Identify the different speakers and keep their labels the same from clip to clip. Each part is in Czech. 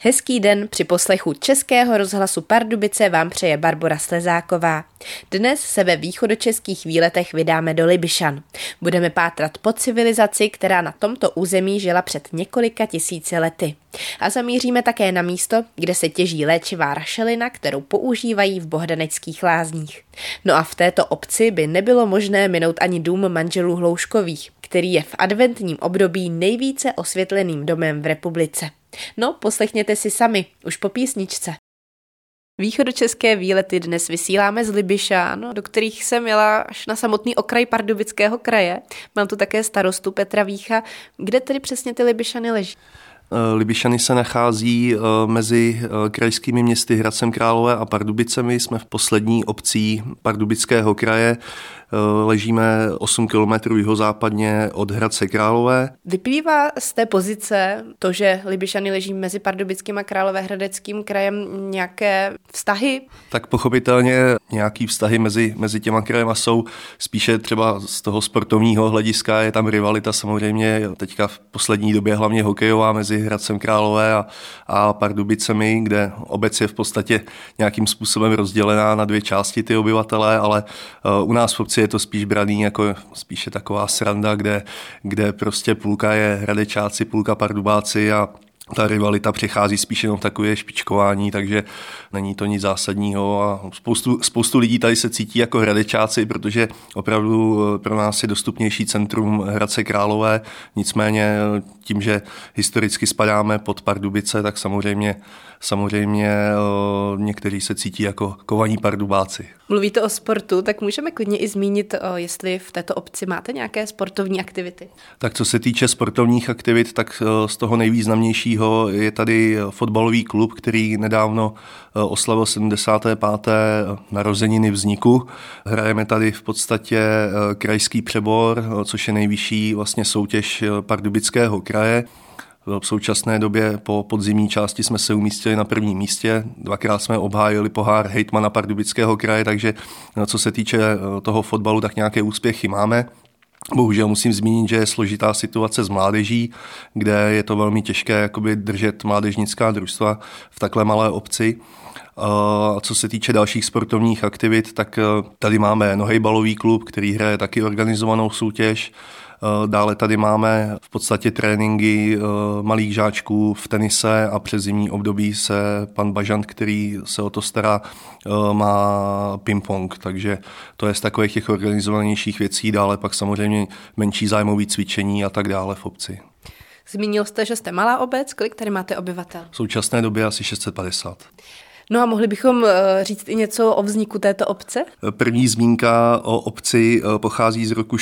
Speaker 1: Hezký den, při poslechu Českého rozhlasu Pardubice vám přeje Barbora Slezáková. Dnes se ve východočeských výletech vydáme do Libyšan. Budeme pátrat po civilizaci, která na tomto území žila před několika tisíci lety. A zamíříme také na místo, kde se těží léčivá rašelina, kterou používají v Bohdaneckých lázních. No a v této obci by nebylo možné minout ani dům manželů Hlouškových, který je v adventním období nejvíce osvětleným domem v republice. No, poslechněte si sami, už po písničce. Východočeské výlety dnes vysíláme z Libyšan, do kterých jsem jela až na samotný okraj Pardubického kraje. Mám tu také starostu Petra Vícha. Kde tedy přesně ty Libyšany leží?
Speaker 2: Libyšany se nachází mezi krajskými městy Hradcem Králové a Pardubicemi. Jsme v poslední obcí Pardubického kraje. Ležíme 8 kilometrů jihozápadně od Hradce Králové.
Speaker 1: Vyplývá z té pozice to, že Libyšany leží mezi Pardubickým a Královéhradeckým krajem nějaké vztahy?
Speaker 2: Tak pochopitelně nějaký vztahy mezi těma krajema jsou spíše třeba z toho sportovního hlediska. Je tam rivalita samozřejmě teďka v poslední době hlavně hokejová mezi Hradcem Králové a Pardubicemi, kde obec je v podstatě nějakým způsobem rozdělená na dvě části ty obyvatelé, ale u nás v obci je to spíš braný jako spíše taková sranda, kde prostě půlka je Hradečáci, půlka Pardubáci a ta rivalita přichází spíš jenom takové špičkování, takže není to nic zásadního a spoustu lidí tady se cítí jako Hradečáci, protože opravdu pro nás je dostupnější centrum Hradce Králové, nicméně tím, že historicky spadáme pod Pardubice, tak samozřejmě někteří se cítí jako kovaní Pardubáci.
Speaker 1: Mluvíte o sportu, tak můžeme klidně i zmínit, jestli v této obci máte nějaké sportovní aktivity.
Speaker 2: Tak co se týče sportovních aktivit, tak z toho nejvýznamnějšího je tady fotbalový klub, který nedávno oslavil 75. narozeniny vzniku. Hrajeme tady v podstatě krajský přebor, což je nejvyšší vlastně soutěž Pardubického kraje. V současné době po podzimní části jsme se umístili na prvním místě, dvakrát jsme obhájili pohár hejtmana Pardubického kraje, takže co se týče toho fotbalu, tak nějaké úspěchy máme. Bohužel musím zmínit, že je složitá situace s mládeží, kde je to velmi těžké držet mládežnická družstva v takhle malé obci. A co se týče dalších sportovních aktivit, tak tady máme nohejbalový klub, který hraje taky organizovanou soutěž. Dále tady máme v podstatě tréninky malých žáčků v tenise a přes zimní období se pan Bažant, který se o to stará, má ping-pong, takže to je z takových těch organizovanějších věcí. Dále pak samozřejmě menší zájmové cvičení a tak dále v obci.
Speaker 1: Zmínil jste, že jste malá obec, kolik tady máte obyvatel?
Speaker 2: V současné době asi 650.
Speaker 1: No a mohli bychom říct i něco o vzniku této obce?
Speaker 2: První zmínka o obci pochází z roku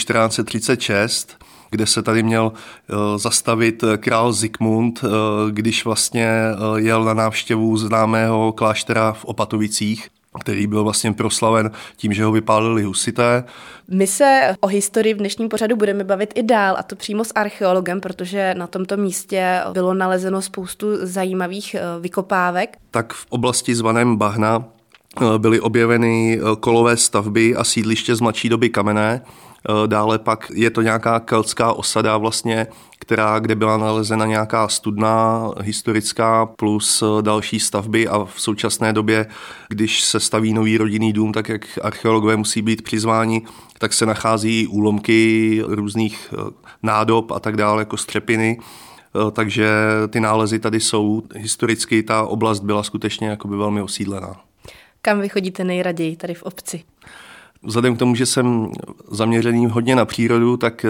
Speaker 2: 1436, kde se tady měl zastavit král Zikmund, když vlastně jel na návštěvu známého kláštera v Opatovicích, který byl vlastně proslaven tím, že ho vypálili husité.
Speaker 1: My se o historii v dnešním pořadu budeme bavit i dál, a to přímo s archeologem, protože na tomto místě bylo nalezeno spoustu zajímavých vykopávek.
Speaker 2: Tak v oblasti zvaném Bahna byly objeveny kolové stavby a sídliště z mladší doby kamenné. Dále pak je to nějaká keltská osada vlastně, kde byla nalezena nějaká studna historická plus další stavby a v současné době, když se staví nový rodinný dům, tak jak archeologové musí být přizváni, tak se nachází úlomky různých nádob a tak dále, jako střepiny. Takže ty nálezy tady jsou. Historicky ta oblast byla skutečně velmi osídlená.
Speaker 1: Kam vy chodíte nejraději tady v obci?
Speaker 2: Vzhledem k tomu, že jsem zaměřený hodně na přírodu, tak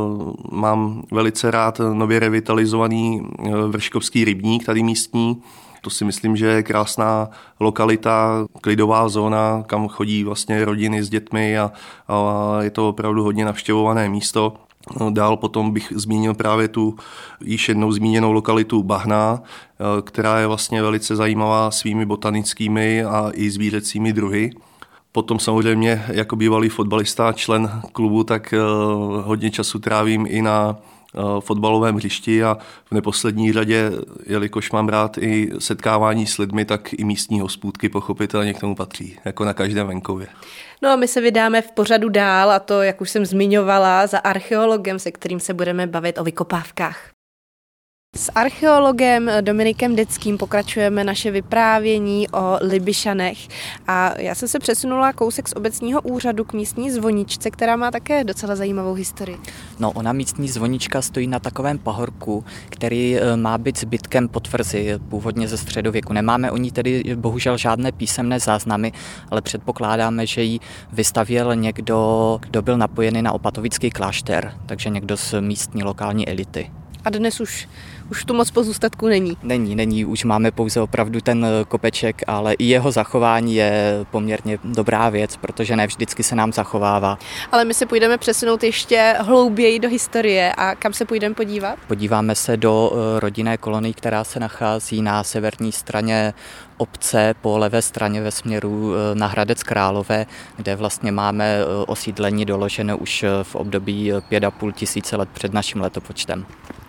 Speaker 2: mám velice rád nově revitalizovaný Vrškovský rybník, tady místní. To si myslím, že je krásná lokalita, klidová zóna, kam chodí vlastně rodiny s dětmi a je to opravdu hodně navštěvované místo. Dál potom bych zmínil právě tu již jednou zmíněnou lokalitu Bahna, která je vlastně velice zajímavá svými botanickými a i zvířecími druhy. Potom samozřejmě jako bývalý fotbalista a člen klubu, tak hodně času trávím i na fotbalovém hřišti a v neposlední řadě, jelikož mám rád i setkávání s lidmi, tak i místní hospůdky pochopitelně k tomu patří, jako na každém venkově.
Speaker 1: No a my se vydáme v pořadu dál, a to, jak už jsem zmiňovala, za archeologem, se kterým se budeme bavit o vykopávkách. S archeologem Dominikem Deckým pokračujeme naše vyprávění o Libyšanech a já jsem se přesunula kousek z obecního úřadu k místní zvoničce, která má také docela zajímavou historii.
Speaker 3: No, ona místní zvonička stojí na takovém pahorku, který má být zbytkem potvrzy původně ze středověku. Nemáme o ní tedy bohužel žádné písemné záznamy, ale předpokládáme, že ji vystavěl někdo, kdo byl napojený na opatovický klášter, takže někdo z místní lokální elity.
Speaker 1: A dnes už tu moc pozůstatků není.
Speaker 3: Není, už máme pouze opravdu ten kopeček, ale i jeho zachování je poměrně dobrá věc, protože ne vždycky se nám zachovává.
Speaker 1: Ale my se půjdeme přesunout ještě hlouběji do historie a kam se půjdeme podívat?
Speaker 3: Podíváme se do rodinné kolonie, která se nachází na severní straně obce, po levé straně ve směru na Hradec Králové, kde vlastně máme osídlení doložené už v období 5,5 tisíce let před naším letopočtem.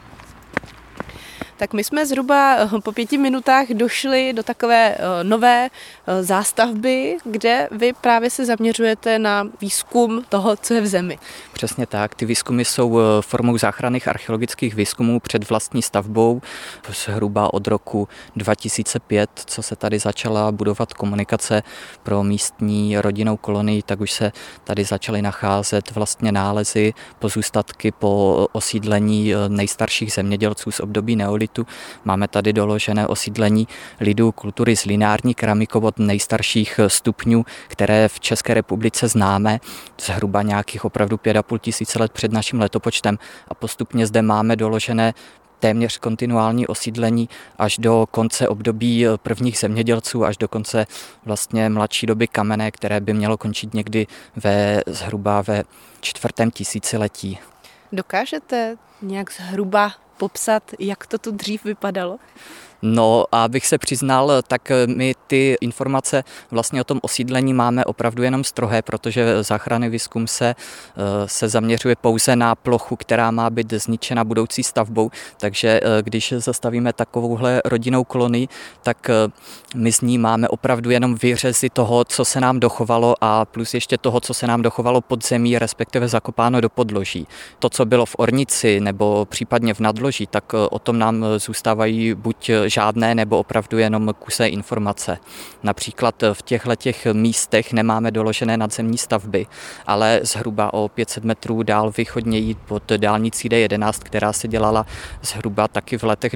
Speaker 1: Tak my jsme zhruba po 5 minutách došli do takové nové zástavby, kde vy právě se zaměřujete na výzkum toho, co je v zemi.
Speaker 3: Přesně tak. Ty výzkumy jsou formou záchranných archeologických výzkumů před vlastní stavbou. Zhruba od roku 2005, co se tady začala budovat komunikace pro místní rodinnou kolonii, tak už se tady začaly nacházet vlastně nálezy, pozůstatky po osídlení nejstarších zemědělců z období neolitu. Máme tady doložené osídlení lidů kultury z lineární keramikou od nejstarších stupňů, které v České republice známe, zhruba nějakých opravdu 5,5 tisíce let před naším letopočtem, a postupně zde máme doložené téměř kontinuální osídlení až do konce období prvních zemědělců, až do konce vlastně mladší doby kamenné, které by mělo končit někdy zhruba ve 4. tisíciletí.
Speaker 1: Dokážete nějak zhruba popsat, jak to tu dřív vypadalo?
Speaker 3: No, abych se přiznal, tak my ty informace vlastně o tom osídlení máme opravdu jenom strohé, protože záchranný výzkum se zaměřuje pouze na plochu, která má být zničena budoucí stavbou, takže když zastavíme takovouhle rodinnou kolonii, tak my z ní máme opravdu jenom výřezy toho, co se nám dochovalo, a plus ještě toho, co se nám dochovalo pod zemí, respektive zakopáno do podloží. To, co bylo v ornici nebo případně v nadloží, tak o tom nám zůstávají buď žádné nebo opravdu jenom kusé informace. Například v těchto místech nemáme doložené nadzemní stavby, ale zhruba o 500 metrů dál východněji pod dálnicí D11, která se dělala zhruba taky v letech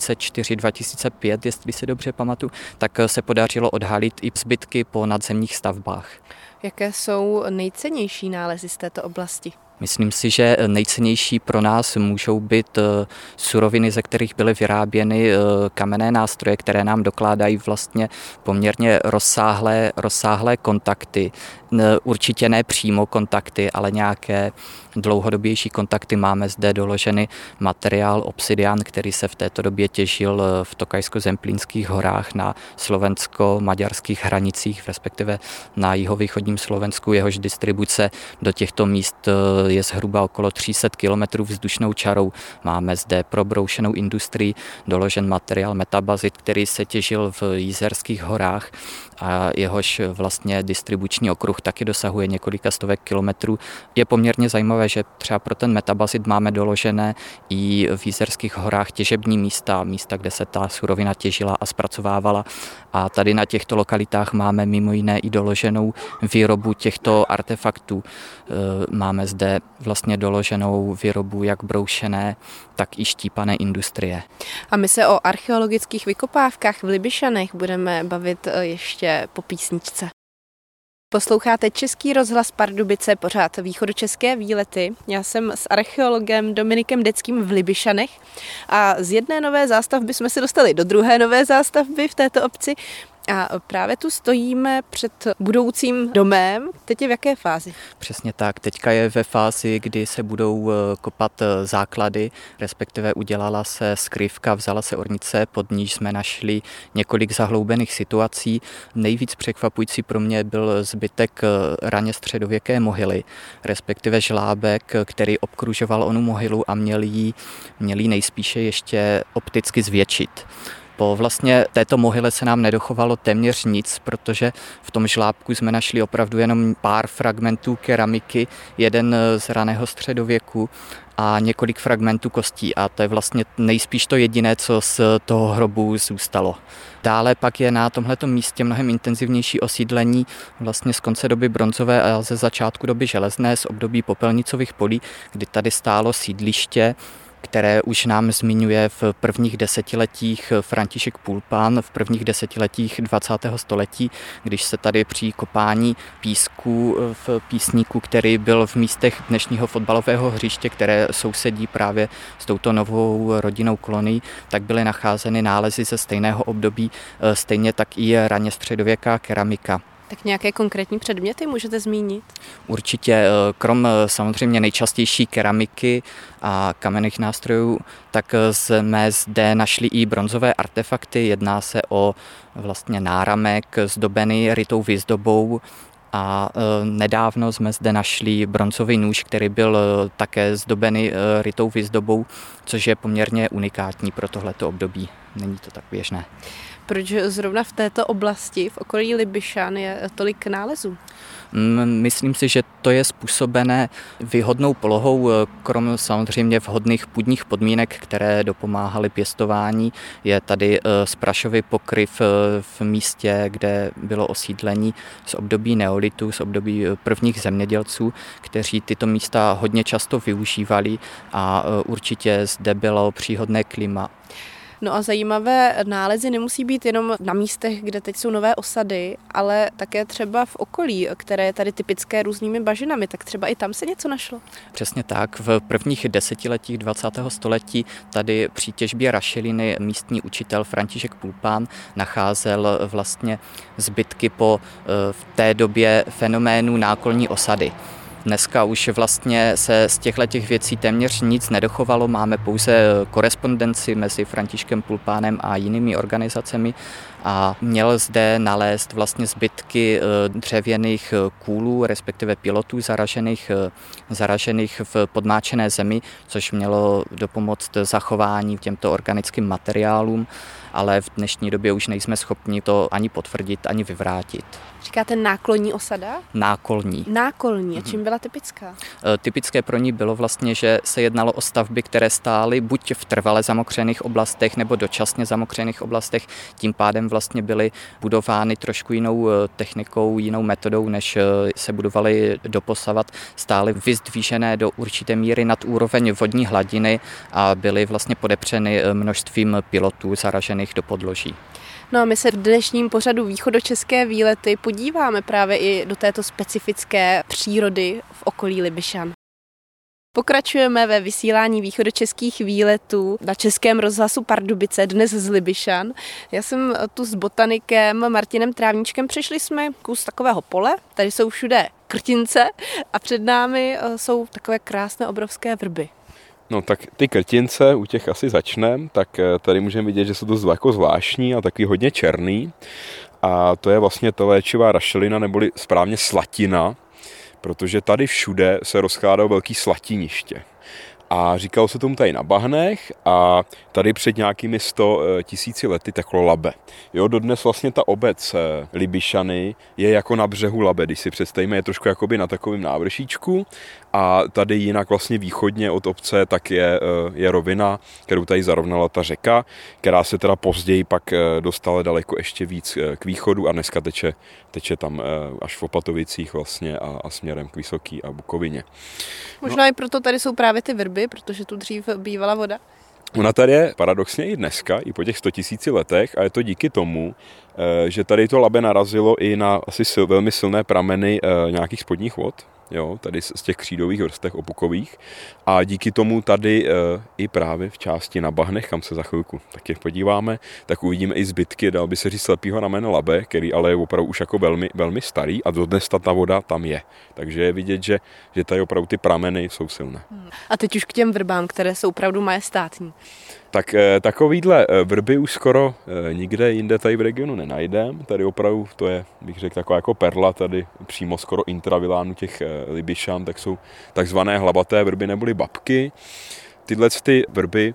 Speaker 3: 2004-2005, jestli se dobře pamatuju, tak se podařilo odhalit i zbytky po nadzemních stavbách.
Speaker 1: Jaké jsou nejcennější nálezy z této oblasti?
Speaker 3: Myslím si, že nejcennější pro nás můžou být suroviny, ze kterých byly vyráběny kamenné nástroje, které nám dokládají vlastně poměrně rozsáhlé kontakty. Určitě ne přímo kontakty, ale nějaké dlouhodobější kontakty. Máme zde doložený materiál obsidian, který se v této době těžil v Tokajsko-Zemplínských horách na slovensko-maďarských hranicích, respektive na jihovýchodním Slovensku. Jehož distribuce do těchto míst je zhruba okolo 300 km vzdušnou čarou. Máme zde pro broušenou industrii doložen materiál metabazit, který se těžil v Jizerských horách a jehož vlastně distribuční okruh taky dosahuje několika stovek kilometrů. Je poměrně zajímavé, že třeba pro ten metabazit máme doložené i v Jizerských horách těžební místa, kde se ta surovina těžila a zpracovávala. A tady na těchto lokalitách máme mimo jiné i doloženou výrobu těchto artefaktů. Máme zde vlastně doloženou výrobu jak broušené, tak i štípané industrie.
Speaker 1: A my se o archeologických vykopávkách v Libyšanech budeme bavit ještě po písničce. Posloucháte Český rozhlas Pardubice, pořád východočeské výlety. Já jsem s archeologem Dominikem Deckým v Libyšanech a z jedné nové zástavby jsme se dostali do druhé nové zástavby v této obci. A právě tu stojíme před budoucím domem. Teď je v jaké fázi?
Speaker 3: Přesně tak. Teďka je ve fázi, kdy se budou kopat základy, respektive udělala se skrývka, vzala se ornice, pod níž jsme našli několik zahloubených situací. Nejvíc překvapující pro mě byl zbytek raně středověké mohyly, respektive žlábek, který obkružoval onu mohylu a měl jí nejspíše ještě opticky zvětšit. Po vlastně této mohyle se nám nedochovalo téměř nic, protože v tom žlábku jsme našli opravdu jenom pár fragmentů keramiky, jeden z raného středověku a několik fragmentů kostí a to je vlastně nejspíš to jediné, co z toho hrobu zůstalo. Dále pak je na tomhletom místě mnohem intenzivnější osídlení vlastně z konce doby bronzové a ze začátku doby železné z období popelnicových polí, kdy tady stálo sídliště, které už nám zmiňuje v prvních desetiletích František Pulpán, v prvních desetiletích 20. století, když se tady při kopání písku v písníku, který byl v místech dnešního fotbalového hřiště, které sousedí právě s touto novou rodinnou kolonií, tak byly nacházeny nálezy ze stejného období, stejně tak i raně středověká keramika.
Speaker 1: Tak nějaké konkrétní předměty můžete zmínit?
Speaker 3: Určitě, krom samozřejmě nejčastější keramiky a kamenných nástrojů, tak jsme zde našli i bronzové artefakty. Jedná se o vlastně náramek zdobený rytou výzdobou a nedávno jsme zde našli bronzový nůž, který byl také zdobený rytou výzdobou, což je poměrně unikátní pro tohleto období. Není to tak běžné.
Speaker 1: Proč zrovna v této oblasti, v okolí Libyšan, je tolik nálezů?
Speaker 3: Myslím si, že to je způsobené výhodnou polohou, krom samozřejmě vhodných půdních podmínek, které dopomáhaly pěstování. Je tady sprašový pokryv v místě, kde bylo osídlení z období neolitu, z období prvních zemědělců, kteří tyto místa hodně často využívali a určitě zde bylo příhodné klima.
Speaker 1: No a zajímavé nálezy nemusí být jenom na místech, kde teď jsou nové osady, ale také třeba v okolí, které je tady typické různými bažinami, tak třeba i tam se něco našlo.
Speaker 3: Přesně tak. V prvních desetiletích 20. století tady při těžbě rašeliny místní učitel František Pulpán nacházel vlastně zbytky po v té době fenoménu nákolní osady. Dneska už vlastně se z těchto věcí téměř nic nedochovalo, máme pouze korespondenci mezi Františkem Pulpánem a jinými organizacemi a měl zde nalézt vlastně zbytky dřevěných kůlů, respektive pilotů zaražených v podmáčené zemi, což mělo dopomoct zachování těmto organickým materiálům, ale v dnešní době už nejsme schopni to ani potvrdit, ani vyvrátit.
Speaker 1: Říkáte náklonní osada?
Speaker 3: Nákolní.
Speaker 1: Nákolní. A čím byla typická?
Speaker 3: Typické pro ní bylo vlastně, že se jednalo o stavby, které stály buď v trvale zamokřených oblastech nebo dočasně zamokřených oblastech. Tím pádem vlastně byly budovány trošku jinou technikou, jinou metodou, než se budovaly doposavat. Stály vyzdvížené do určité míry nad úroveň vodní hladiny a byly vlastně podepřeny množstvím pilotů zaražených do podloží.
Speaker 1: No a my se v dnešním pořadu Východočeské výlety podíváme právě i do této specifické přírody v okolí Libyšan. Pokračujeme ve vysílání východočeských výletů na Českém rozhlasu Pardubice, dnes z Libyšan. Já jsem tu s botanikem Martinem Trávníčkem, přišli jsme kus takového pole, tady jsou všude krtince a před námi jsou takové krásné obrovské vrby.
Speaker 4: No tak ty krtince, u těch asi začneme, tak tady můžeme vidět, že jsou to jako zvláštní a taky hodně černý. A to je vlastně ta léčivá rašelina, neboli správně slatina, protože tady všude se rozkládalo velký slatiniště. A říkalo se tomu tady na bahnech a tady před nějakými 100 000 lety teklo Labe. Jo, dodnes vlastně ta obec Libyšany je jako na břehu Labe, když si představíme, je trošku jakoby na takovém návršíčku a tady jinak vlastně východně od obce tak je rovina, kterou tady zarovnala ta řeka, která se teda později pak dostala daleko ještě víc k východu a dneska teče tam až v Opatovicích vlastně a směrem k Vysoký a Bukovině.
Speaker 1: Možná i proto tady jsou právě ty vrby, protože tu dřív bývala voda.
Speaker 4: Ona tady je paradoxně i dneska, i po těch 100 000 letech a je to díky tomu, že tady to Labe narazilo i na asi velmi silné prameny nějakých spodních vod, jo, tady z těch křídových vrstev opukových a díky tomu tady i právě v části na bahnech, kam se za chvilku taky podíváme, tak uvidíme i zbytky, dal by se říct slepýho ramene Labe, který ale je opravdu už jako velmi, velmi starý a dodnes ta voda tam je. Takže je vidět, že tady opravdu ty prameny jsou silné.
Speaker 1: A teď už k těm vrbám, které jsou opravdu majestátní.
Speaker 4: Tak takovýhle vrby už skoro nikde jinde tady v regionu nenajdeme. Tady opravdu to je, bych řekl, taková jako perla tady přímo skoro intravilánu těch Libyšan, tak jsou takzvané hlabaté vrby neboli babky. Tyhle ty vrby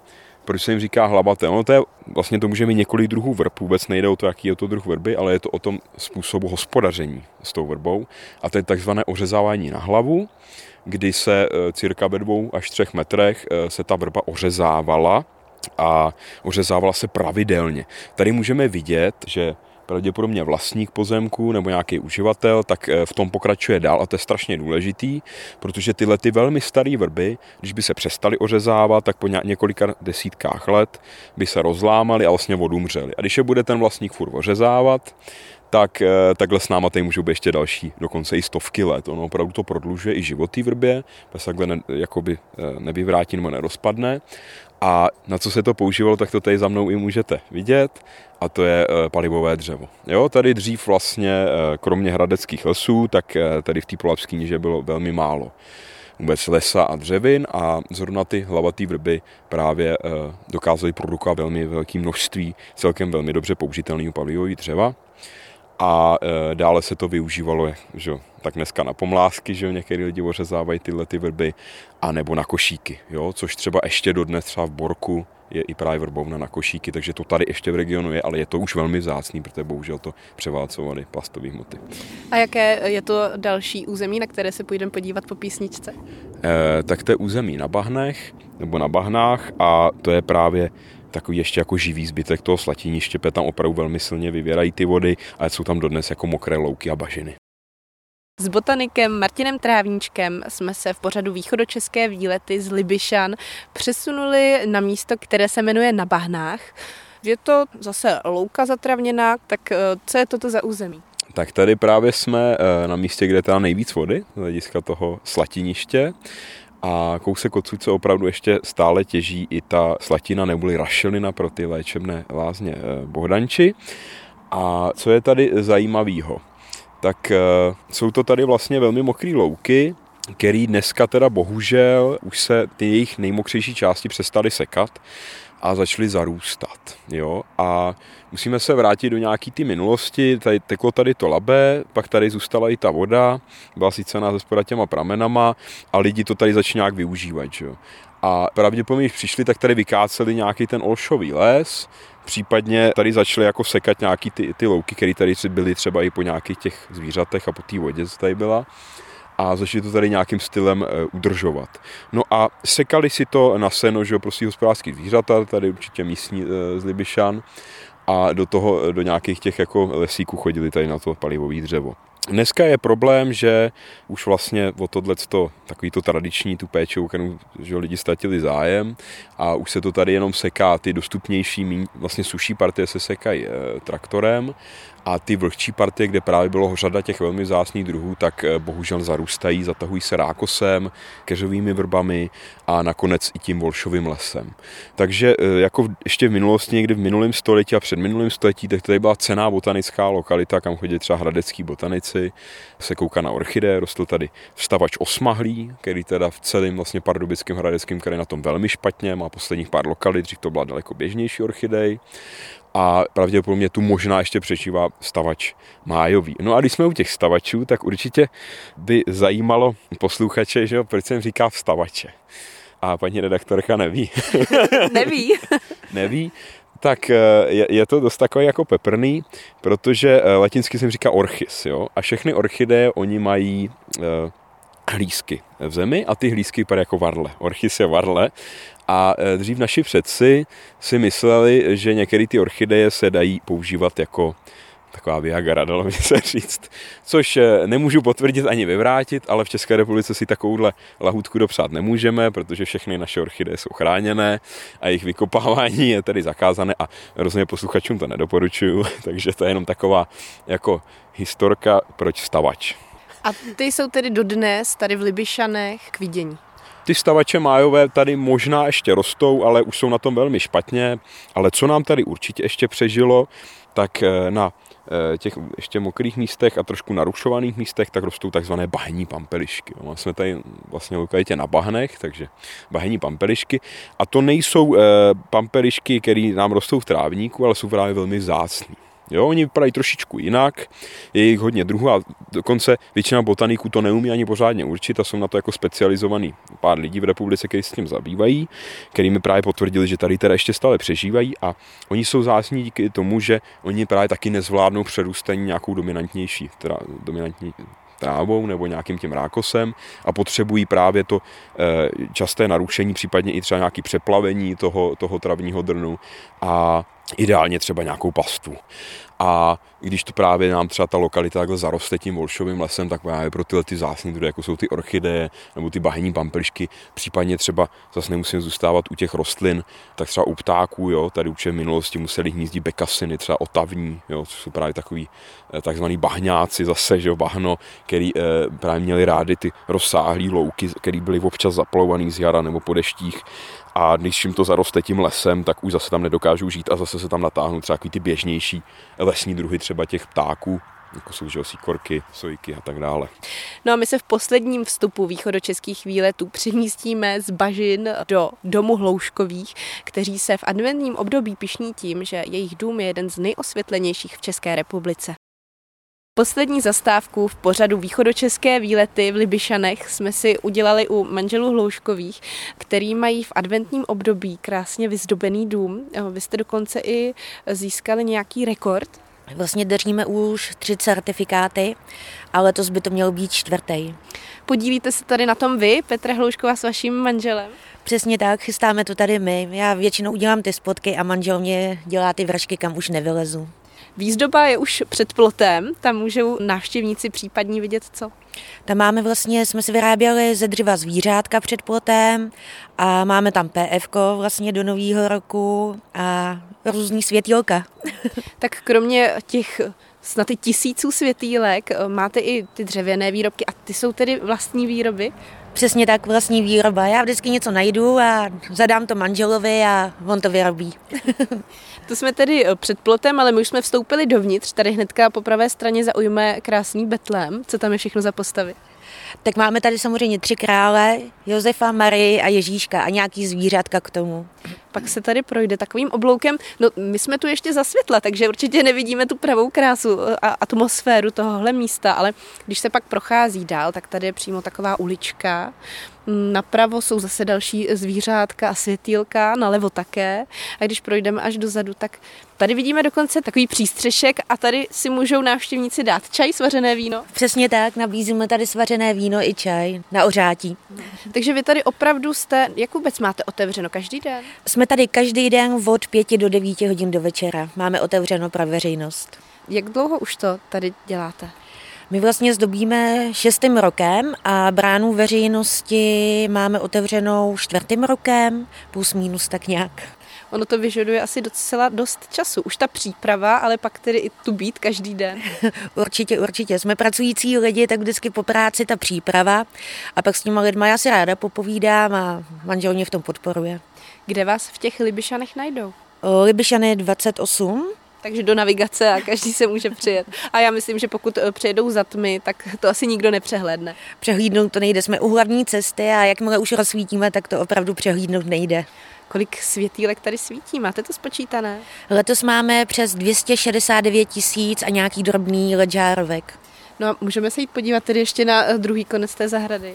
Speaker 4: Proč se jim říká hlabaté? No to je, vlastně to může mít několik druhů vrb, vůbec nejde o to, jaký je to druh vrby, ale je to o tom způsobu hospodaření s tou vrbou. A to je takzvané ořezávání na hlavu, kdy se cirka ve 2 až 3 metrech se ta vrba ořezávala a ořezávala se pravidelně. Tady můžeme vidět, že pravděpodobně vlastník pozemku nebo nějaký uživatel, tak v tom pokračuje dál a to je strašně důležitý, protože tyhle ty velmi staré vrby, když by se přestaly ořezávat, tak po několika desítkách let by se rozlámaly a vlastně odumřely. A když je bude ten vlastník furt ořezávat, tak takhle s náma tady můžou být ještě další, dokonce i stovky let. Ono opravdu to prodlužuje i život té vrbě, bez takhle nevyvrátí nebo nerozpadne. A na co se to používalo, tak to tady za mnou i můžete vidět, a to je palivové dřevo. Jo, tady dřív vlastně, kromě hradeckých lesů, tak tady v té Polabské níže bylo velmi málo vůbec lesa a dřevin a zrovna ty hlavatý vrby právě dokázaly produkovat velmi velké množství celkem velmi dobře použitelného palivového dřeva. A dále se to využívalo, že, tak dneska na pomlásky, že některý lidi ořezávají tyhle ty vrby, anebo na košíky, jo, což třeba ještě dodnes třeba v Borku je i právě vrbovna na košíky, takže to tady ještě v regionu je, ale je to už velmi vzácný, protože bohužel to převálcovaly plastové hmoty.
Speaker 1: A jaké je to další území, na které se půjdeme podívat po písničce?
Speaker 4: Tak to je území na Bahnech, nebo na Bahnách a to je právě takový ještě jako živý zbytek toho Slatiniště, tam opravdu velmi silně vyvěrají ty vody, ale jsou tam dodnes jako mokré louky a bažiny.
Speaker 1: S botanikem Martinem Trávníčkem jsme se v pořadu Východočeské výlety z Libyšan přesunuli na místo, které se jmenuje Na Bahnách. Je to zase louka zatravněná, tak co je toto za území?
Speaker 4: Tak tady právě jsme na místě, kde je teda nejvíc vody, z hlediska toho Slatiniště. A kousek odsud se opravdu ještě stále těží i ta slatina neboli rašelina pro ty léčebné lázně Bohdanči. A co je tady zajímavého? Tak jsou to tady vlastně velmi mokré louky, který dneska teda bohužel už se ty jejich nejmokřejší části přestaly sekat a začaly zarůstat. Jo? A musíme se vrátit do nějaký ty minulosti, tady teklo tady to Labe, pak tady zůstala i ta voda, byla sycená ze spoda těma pramenama a lidi to tady začali nějak využívat. Jo? A pravděpodobně, když přišli, tak tady vykáceli nějaký ten olšový les, případně tady začaly jako sekat nějaký ty louky, které tady byly třeba i po nějakých těch zvířatech a po té vodě, co tady byla. A začali to tady nějakým stylem udržovat. No a sekali si to na seno, že prostě hospodářský zvířata, tady určitě místní z Libyšan, a do nějakých těch jako lesíků chodili tady na to palivové dřevo. Dneska je problém, že už vlastně o tohleto, takový to tradiční, tu péčovou, kterou lidi ztratili zájem a už se to tady jenom seká, ty dostupnější, vlastně suší partie se sekají traktorem a ty vlhčí partie, kde právě bylo řada těch velmi vzácných druhů, tak bohužel zarůstají, zatahují se rákosem, keřovými vrbami a nakonec i tím volšovým lesem. Takže jako ještě v minulosti, někdy v minulém století a předminulém století, tak tady byla cenná botanická lokalita, kam chodí třeba hradecký botanici, se kouká na orchideje, rostl tady vstavač osmahlý, který teda v celém vlastně pardubickém hradeckém kraji na tom velmi špatně, má posledních pár lokalit, dřív to byla daleko běžnější orchidej. A pravděpodobně tu možná ještě přežívá stavač májový. No a když jsme u těch stavačů, tak určitě by zajímalo posluchače, že jo, proč jsem říká vstavače. A paní redaktorka neví. Neví. Tak je to dost takový jako peprný, protože latinsky se jim říká orchis, jo. A všechny orchideje, oni mají hlízky v zemi a ty hlízky vypadají jako varle. Orchis je varle. A dřív naši předci si mysleli, že některé ty orchideje se dají používat jako taková viagra, dalo by se říct. Což nemůžu potvrdit ani vyvrátit, ale v České republice si takovouhle lahůdku dopřát nemůžeme, protože všechny naše orchideje jsou chráněné a jejich vykopávání je tedy zakázané a rozhodně posluchačům to nedoporučuju, takže to je jenom taková jako historka, proč stavač.
Speaker 1: A ty jsou tedy dodnes tady v Libyšanech k vidění?
Speaker 4: Ty stavače májové tady možná ještě rostou, ale už jsou na tom velmi špatně. Ale co nám tady určitě ještě přežilo, tak na těch ještě mokrých místech a trošku narušovaných místech, tak rostou takzvané bahenní pampelišky. Jsme tady vlastně v lokalitě na Bahnech, takže bahenní pampelišky. A to nejsou pampelišky, které nám rostou v trávníku, ale jsou právě velmi vzácný. Jo, oni vypadají trošičku jinak, je jich hodně druhů a dokonce většina botaniků to neumí ani pořádně určit a jsou na to jako specializovaný pár lidí v republice, kteří s tím zabývají, který mi právě potvrdili, že tady teda ještě stále přežívají a oni jsou vzácní díky tomu, že oni právě taky nezvládnou přerůstání nějakou dominantní trávou nebo nějakým tím rákosem a potřebují právě to časté narušení, případně i třeba nějaké přeplavení toho travního drnu a ideálně třeba nějakou pastvu. A když to právě nám třeba ta lokalita takhle zaroste tím volšovým lesem, tak právě pro tyhle ty vzácné druhy, jako jsou ty orchideje nebo ty bahenní pampelišky, případně třeba zase nemusím zůstávat u těch rostlin, tak třeba u ptáků, jo, tady určitě v minulosti museli hnízdit bekasiny, třeba otavní, jo, což jsou právě takový takzvaný bahňáci zase, že jo, bahno, který právě měli rádi ty rozsáhlý louky, který byly občas zaplouvaný z jara nebo po deštích. A když jim to zaroste tím lesem, tak už zase tam nedokážou žít a zase se tam natáhnou třeba ty běžnější lesní druhy třeba těch ptáků, jako jsou síkorky, sojky a tak dále.
Speaker 1: No a my se v posledním vstupu východočeských výletů přemístíme z bažin do domu Hlouškových, kteří se v adventním období pyšní tím, že jejich dům je jeden z nejosvětlenějších v České republice. Poslední zastávku v pořadu Východočeské výlety v Libyšanech jsme si udělali u manželů Hlouškových, který mají v adventním období krásně vyzdobený dům. Vy jste dokonce i získali nějaký rekord.
Speaker 5: Vlastně držíme už 3 certifikáty, ale letos by to mělo být 4.
Speaker 1: Podílíte se tady na tom vy, Petra Hloušková, s vaším manželem?
Speaker 5: Přesně tak, chystáme to tady my. Já většinou udělám ty spotky a manžel mě dělá ty vršky, kam už nevylezu.
Speaker 1: Výzdoba je už před plotem, tam můžou návštěvníci případně vidět co?
Speaker 5: Tam máme vlastně, jsme si vyráběli ze dřeva zvířátka před plotem a máme tam PFko vlastně do nového roku a různý světýlka.
Speaker 1: Tak kromě těch snad i 1000 světýlek máte i ty dřevěné výrobky a ty jsou tedy vlastní výroby?
Speaker 5: Přesně tak, vlastní výroba. Já vždycky něco najdu a zadám to manželovi a on to vyrobí.
Speaker 1: To jsme tedy před plotem, ale my už jsme vstoupili dovnitř. Tady hnedka po pravé straně zaujme krásný betlém. Co tam je všechno za postavy?
Speaker 5: Tak máme tady samozřejmě 3 krále, Josefa, Marii a Ježíška a nějaký zvířátka k tomu.
Speaker 1: Pak se tady projde takovým obloukem. No, my jsme tu ještě za světla, takže určitě nevidíme tu pravou krásu a atmosféru tohohle místa, ale když se pak prochází dál, tak tady je přímo taková ulička. Napravo jsou zase další zvířátka a světýlka, nalevo také. A když projdeme až dozadu, tak tady vidíme dokonce takový přístřešek a tady si můžou návštěvníci dát čaj, svařené víno.
Speaker 5: Přesně tak, nabízíme tady svařené víno i čaj na ořátí.
Speaker 1: Takže vy tady opravdu jste, jak vůbec máte otevřeno každý den?
Speaker 5: Jsme tady každý den od 5 do 9 hodin do večera. Máme otevřeno pro veřejnost.
Speaker 1: Jak dlouho už to tady děláte?
Speaker 5: My vlastně zdobíme 6. rokem a bránu veřejnosti máme otevřenou 4. rokem, plus minus tak nějak.
Speaker 1: Ono to vyžaduje asi docela dost času. Už ta příprava, ale pak tedy i tu být každý den.
Speaker 5: Určitě. Jsme pracující lidi, tak vždycky po práci ta příprava a pak s těma lidma já si ráda popovídám a manžel mě v tom podporuje.
Speaker 1: Kde vás v těch Libyšanech najdou?
Speaker 5: Libyšany 28.
Speaker 1: Takže do navigace a každý se může přijet. A já myslím, že pokud přijedou za tmy, tak to asi nikdo nepřehlédne.
Speaker 5: Přehlídnout to nejde, jsme u hlavní cesty a jakmile už rozsvítíme, tak to opravdu přehlídnout nejde.
Speaker 1: Kolik světýlek tady svítí? Máte to spočítané?
Speaker 5: Letos máme přes 269 000 a nějaký drobný led žárovek.
Speaker 1: No a můžeme se jít podívat tedy ještě na druhý konec té zahrady.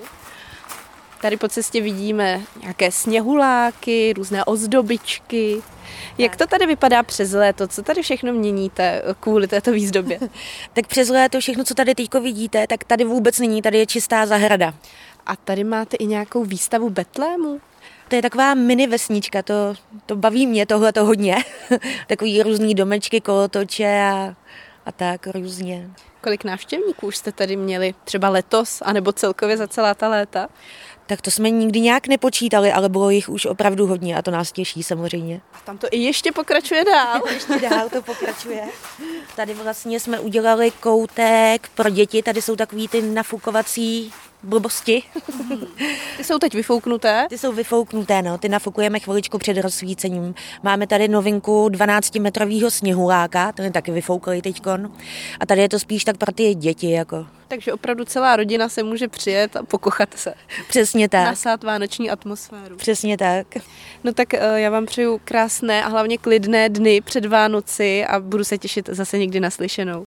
Speaker 1: Tady po cestě vidíme nějaké sněhuláky, různé ozdobičky. Jak to tady vypadá přes léto? Co tady všechno měníte kvůli této výzdobě?
Speaker 5: Tak přes léto všechno, co tady teďko vidíte, tak tady vůbec není, tady je čistá zahrada.
Speaker 1: A tady máte i nějakou výstavu betlému?
Speaker 5: To je taková mini vesnička, to baví mě tohleto hodně. Takový různý domečky, kolotoče a tak různě.
Speaker 1: Kolik návštěvníků už jste tady měli třeba letos, anebo celkově za celá ta léta?
Speaker 5: Tak to jsme nikdy nějak nepočítali, ale bylo jich už opravdu hodně a to nás těší samozřejmě.
Speaker 1: A tam to i ještě pokračuje dál.
Speaker 5: Ještě dál to pokračuje. Tady vlastně jsme udělali koutek pro děti, tady jsou takový ty nafukovací blbosti.
Speaker 1: Ty jsou teď vyfouknuté?
Speaker 5: Ty jsou vyfouknuté, no. Ty nafukujeme chviličku před rozsvícením. Máme tady novinku 12-metrového sněhuláka, ten je taky vyfouklý teďkon. A tady je to spíš tak pro ty děti, jako.
Speaker 1: Takže opravdu celá rodina se může přijet a pokochat se.
Speaker 5: Přesně tak.
Speaker 1: Nasát vánoční atmosféru.
Speaker 5: Přesně tak.
Speaker 1: No tak já vám přeju krásné a hlavně klidné dny před Vánoci a budu se těšit zase někdy naslyšenou.